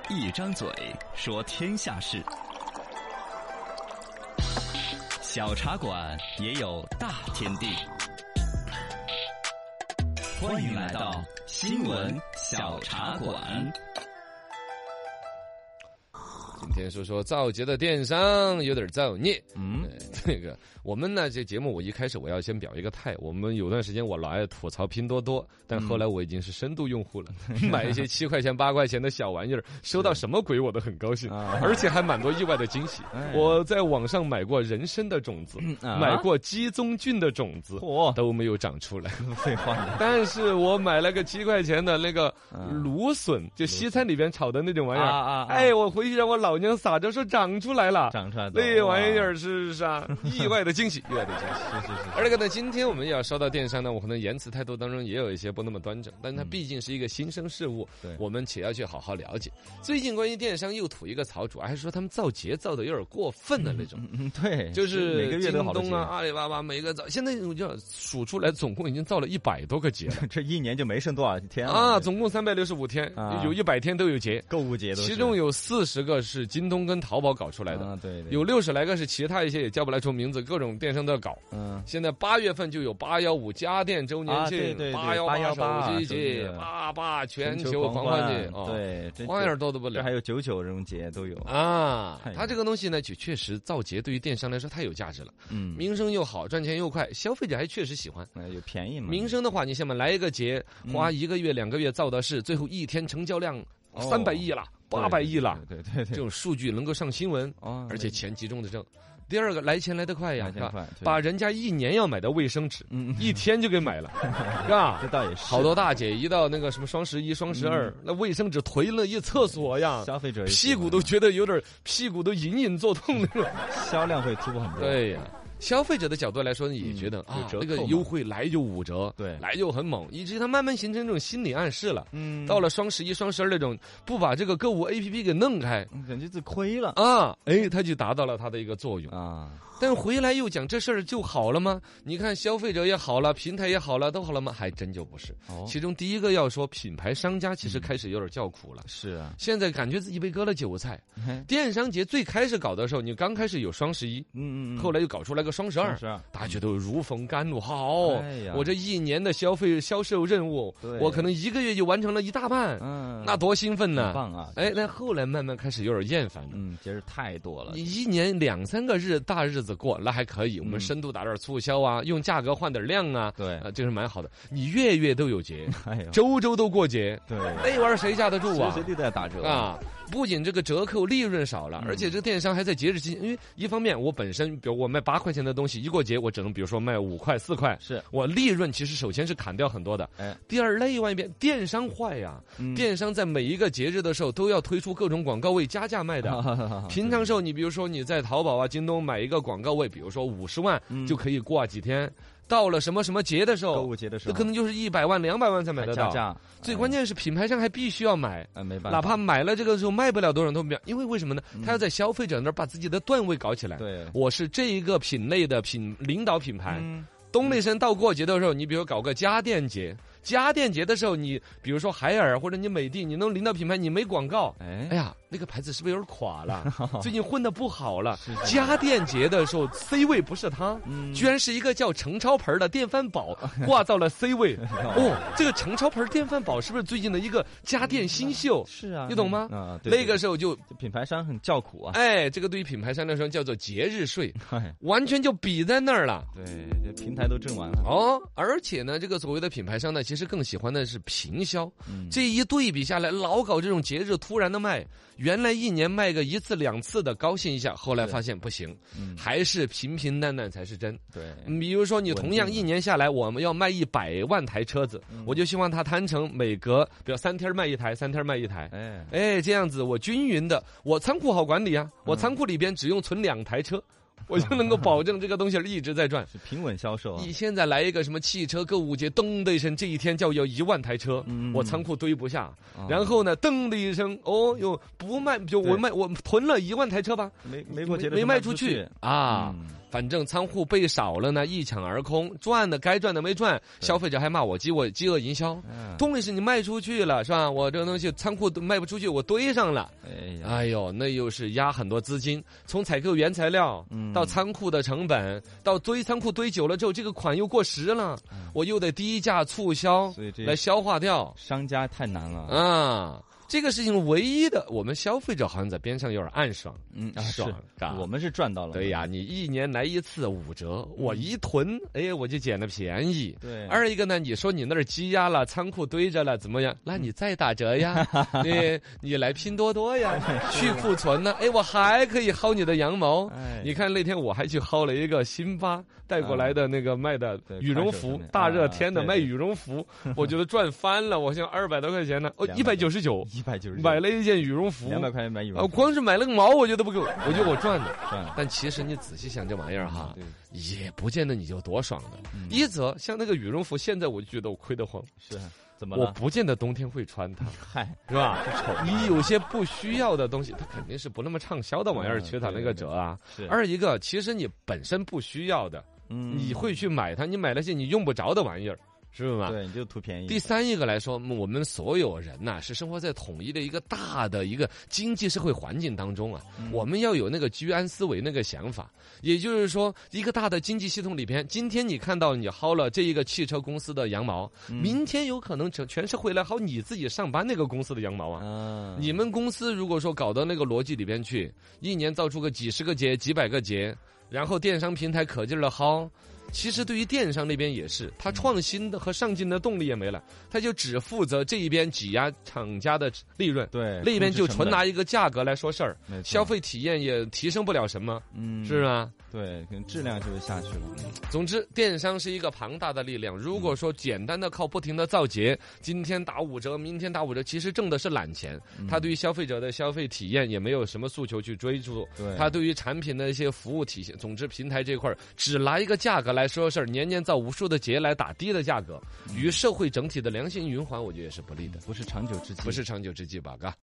一张嘴说天下事，小茶馆也有大天地。欢迎来到新闻小茶馆。 今天说说造节的电商有点造孽。这个我们呢，这节目我一开始我要先表一个态，我们有段时间我老爱吐槽拼多多，但后来我已经是深度用户了，买一些7块钱8块钱的小玩意儿，收到什么鬼我都很高兴，而且还蛮多意外的惊喜。我在网上买过人参的种子，买过鸡枞菌的种子，都没有长出来。 废话， 但是我买了个7块钱的那个芦笋，就西餐里边炒的那种玩意儿，哎，我回去让我老娘撒着说长出来了， 长出来了， 那玩意儿是啥？意外的惊喜，意外的惊喜。 是。 而这个呢，今天我们要说到电商呢，我可能言辞态度当中也有一些不那么端正，但它毕竟是一个新生事物，我们且要去好好了解。最近关于电商又吐一个槽，主要还是说他们造节造的有点过分的那种。 对， 就是每个月都好京东啊、阿里巴巴每个造，现在我就数出来，总共已经造了100多个节了。 这一年就没剩多少天了啊！总共365天，有100天都有节， 购物节都是。 其中有40个是京东跟淘宝搞出来的， 对， 有60来个是其他一些也叫不来出名字，各种电商都要搞。现在8月份就有815家电周年庆，818手机节，88全球狂欢节， 对， 花样多得不了。 这还有99这种节都有啊！它这个东西呢，就确实造节对于电商来说太有价值了，名声又好，赚钱又快，消费者还确实喜欢， 又便宜嘛。 名声的话，你想嘛，来一个节，花1个月2个月造的是，最后一天成交量300亿了，800亿了， 对， 这种数据能够上新闻，而且钱集中的挣。第二个来钱来得快呀，把人家1年要买的卫生纸，1天就给买了，是吧？ 这倒也是。 好多大姐一到那个什么双11、双12，那卫生纸囤了一厕所呀， 消费者屁股都觉得有点，屁股都隐隐作痛那种， 销量会突破很多。 对呀。消费者的角度来说，也觉得这个优惠来就5折， 对， 来就很猛，以至于它慢慢形成这种心理暗示了。到了双11、双12那种，不把这个购物 APP 给弄开， 感觉自亏了啊！哎，它就达到了它的一个作用啊。 但回来又讲这事儿就好了吗？你看消费者也好了，平台也好了，都好了吗？还真就不是。其中第一个要说，品牌商家其实开始有点叫苦了。 是啊， 现在感觉自己被割了韭菜。电商节最开始搞的时候，你刚开始有双11，后来又搞出来个双12，大家觉得如逢甘露，好，我这1年的销售任务，我可能1个月就完成了一大半，那多兴奋呢！ 棒啊！ 哎，那后来慢慢开始有点厌烦了。 节日太多了， 你1年2、3个大日子过那还可以，我们深度打点促销啊，用价格换点量啊， 对， 这是蛮好的。你月月都有节，周周都过节， 对， 那玩意儿谁架得住啊？ 随地都在打折啊！不仅这个折扣利润少了，而且这个电商还在节日期间，因为一方面我本身，比如我卖8块钱的东西，一过节我只能比如说卖5块4块， 是我利润其实首先是砍掉很多的。第二，另外一边电商坏呀，电商在每一个节日的时候都要推出各种广告位加价卖的。平常时候你比如说你在淘宝啊、京东买一个广告位，比如说50万就可以挂几天。到了什么什么节的时候， 购物节的时候， 可能就是100万、200万才买得到。 加最关键是品牌商还必须要买， 没办法， 哪怕买了这个时候卖不了多少都不要，因为为什么呢？他要在消费者那儿把自己的段位搞起来。 对， 我是这一个品类的领导品牌。东内生到过节的时候，你比如搞个家电节。家电节的时候，你比如说海尔或者你美的，你弄领导品牌，你没广告，哎呀，那个牌子是不是有点垮了？最近混得不好了。家电节的时候 ，C 位不是它，居然是一个叫程超盆的电饭煲挂到了 C 位。这个程超盆电饭煲是不是最近的一个家电新秀？ 是啊， 你懂吗？那个时候就品牌商很叫苦啊。 哎，这个对于品牌商来说叫做节日税，完全就比在那儿了。 对，这平台都挣完了。 而且呢，这个所谓的品牌商呢，其实更喜欢的是平销。这一对比下来，老搞这种节日突然的卖，原来1年卖个1次2次的高兴一下，后来发现不行，还是平平淡淡才是真。 对， 比如说你同样1年下来，我们要卖100万台车子，我就希望它摊成每隔比如3天卖一台，3天卖一台。这样子我均匀的，我仓库好管理啊，我仓库里边只用存2台车。我就能够保证这个东西一直在转， 是平稳销售。 你现在来一个什么汽车购物节，噔的一声，这一天就要1万台车，我仓库堆不下。然后呢，噔的一声，不卖，就我囤了1万台车吧， 没过节的没卖出去啊。反反正仓库被少了呢，一抢而空，赚的该赚的没赚，消费者还骂我饥饿营销。动力是你卖出去了是吧？我这个东西仓库都卖不出去，我堆上了。哎呦，那又是压很多资金，从采购原材料到仓库的成本，到仓库堆久了之后，这个款又过时了，我又得低价促销来消化掉。 商家太难了啊！这个事情唯一的，我们消费者好像在边上有点暗爽，爽， 我们是赚到了。 对呀，你1年来一次5折，我一囤，我就捡了便宜。 对， 二一个呢，你说你那儿积压了，仓库堆着了，怎么样？那你再打折呀，你来拼多多呀，去库存呢，我还可以薅你的羊毛。你看那天我还去薅了一个辛巴带过来的那个卖的羽绒服，大热天的卖羽绒服，我觉得赚翻了，我像200多块钱呢，199。买了一件羽绒服 ，200块钱买羽绒服， 光是买了个毛，我觉得不够，我觉得我赚了。但其实你仔细想这玩意儿哈，也不见得你就多爽的。一则像那个羽绒服，现在我就觉得我亏得慌。 是，怎么了？ 我不见得冬天会穿它，是吧？你有些不需要的东西，它肯定是不那么畅销的玩意儿，缺它那个折啊。二一个，其实你本身不需要的，你会去买它，你买了些你用不着的玩意儿。是不是嘛？ 对，你就图便宜。 第三一个来说，我们所有人呐，是生活在统一的一个大的一个经济社会环境当中啊。我们要有那个居安思危那个想法，也就是说，一个大的经济系统里边，今天你看到你薅了这一个汽车公司的羊毛，明天有可能全是回来薅你自己上班那个公司的羊毛啊。你们公司如果说搞到那个逻辑里边去，一年造出个几十个节、几百个节，然后电商平台可劲儿的薅。其实对于电商那边也是，他创新的和上进的动力也没了，他就只负责这一边挤压厂家的利润， 对， 那一边就纯拿一个价格来说事儿，消费体验也提升不了什么，是吗？ 对，可能质量就会下去了。 总之，电商是一个庞大的力量。如果说简单的靠不停的造节，今天打5折，明天打5折，其实挣的是懒钱。他对于消费者的消费体验也没有什么诉求去追逐。他对于产品的一些服务体现，总之平台这块只拿一个价格来说事儿，年年造无数的节来打低的价格，与社会整体的良性循环，我觉得也是不利的， 不是长久之计， 不是长久之计吧？嘎。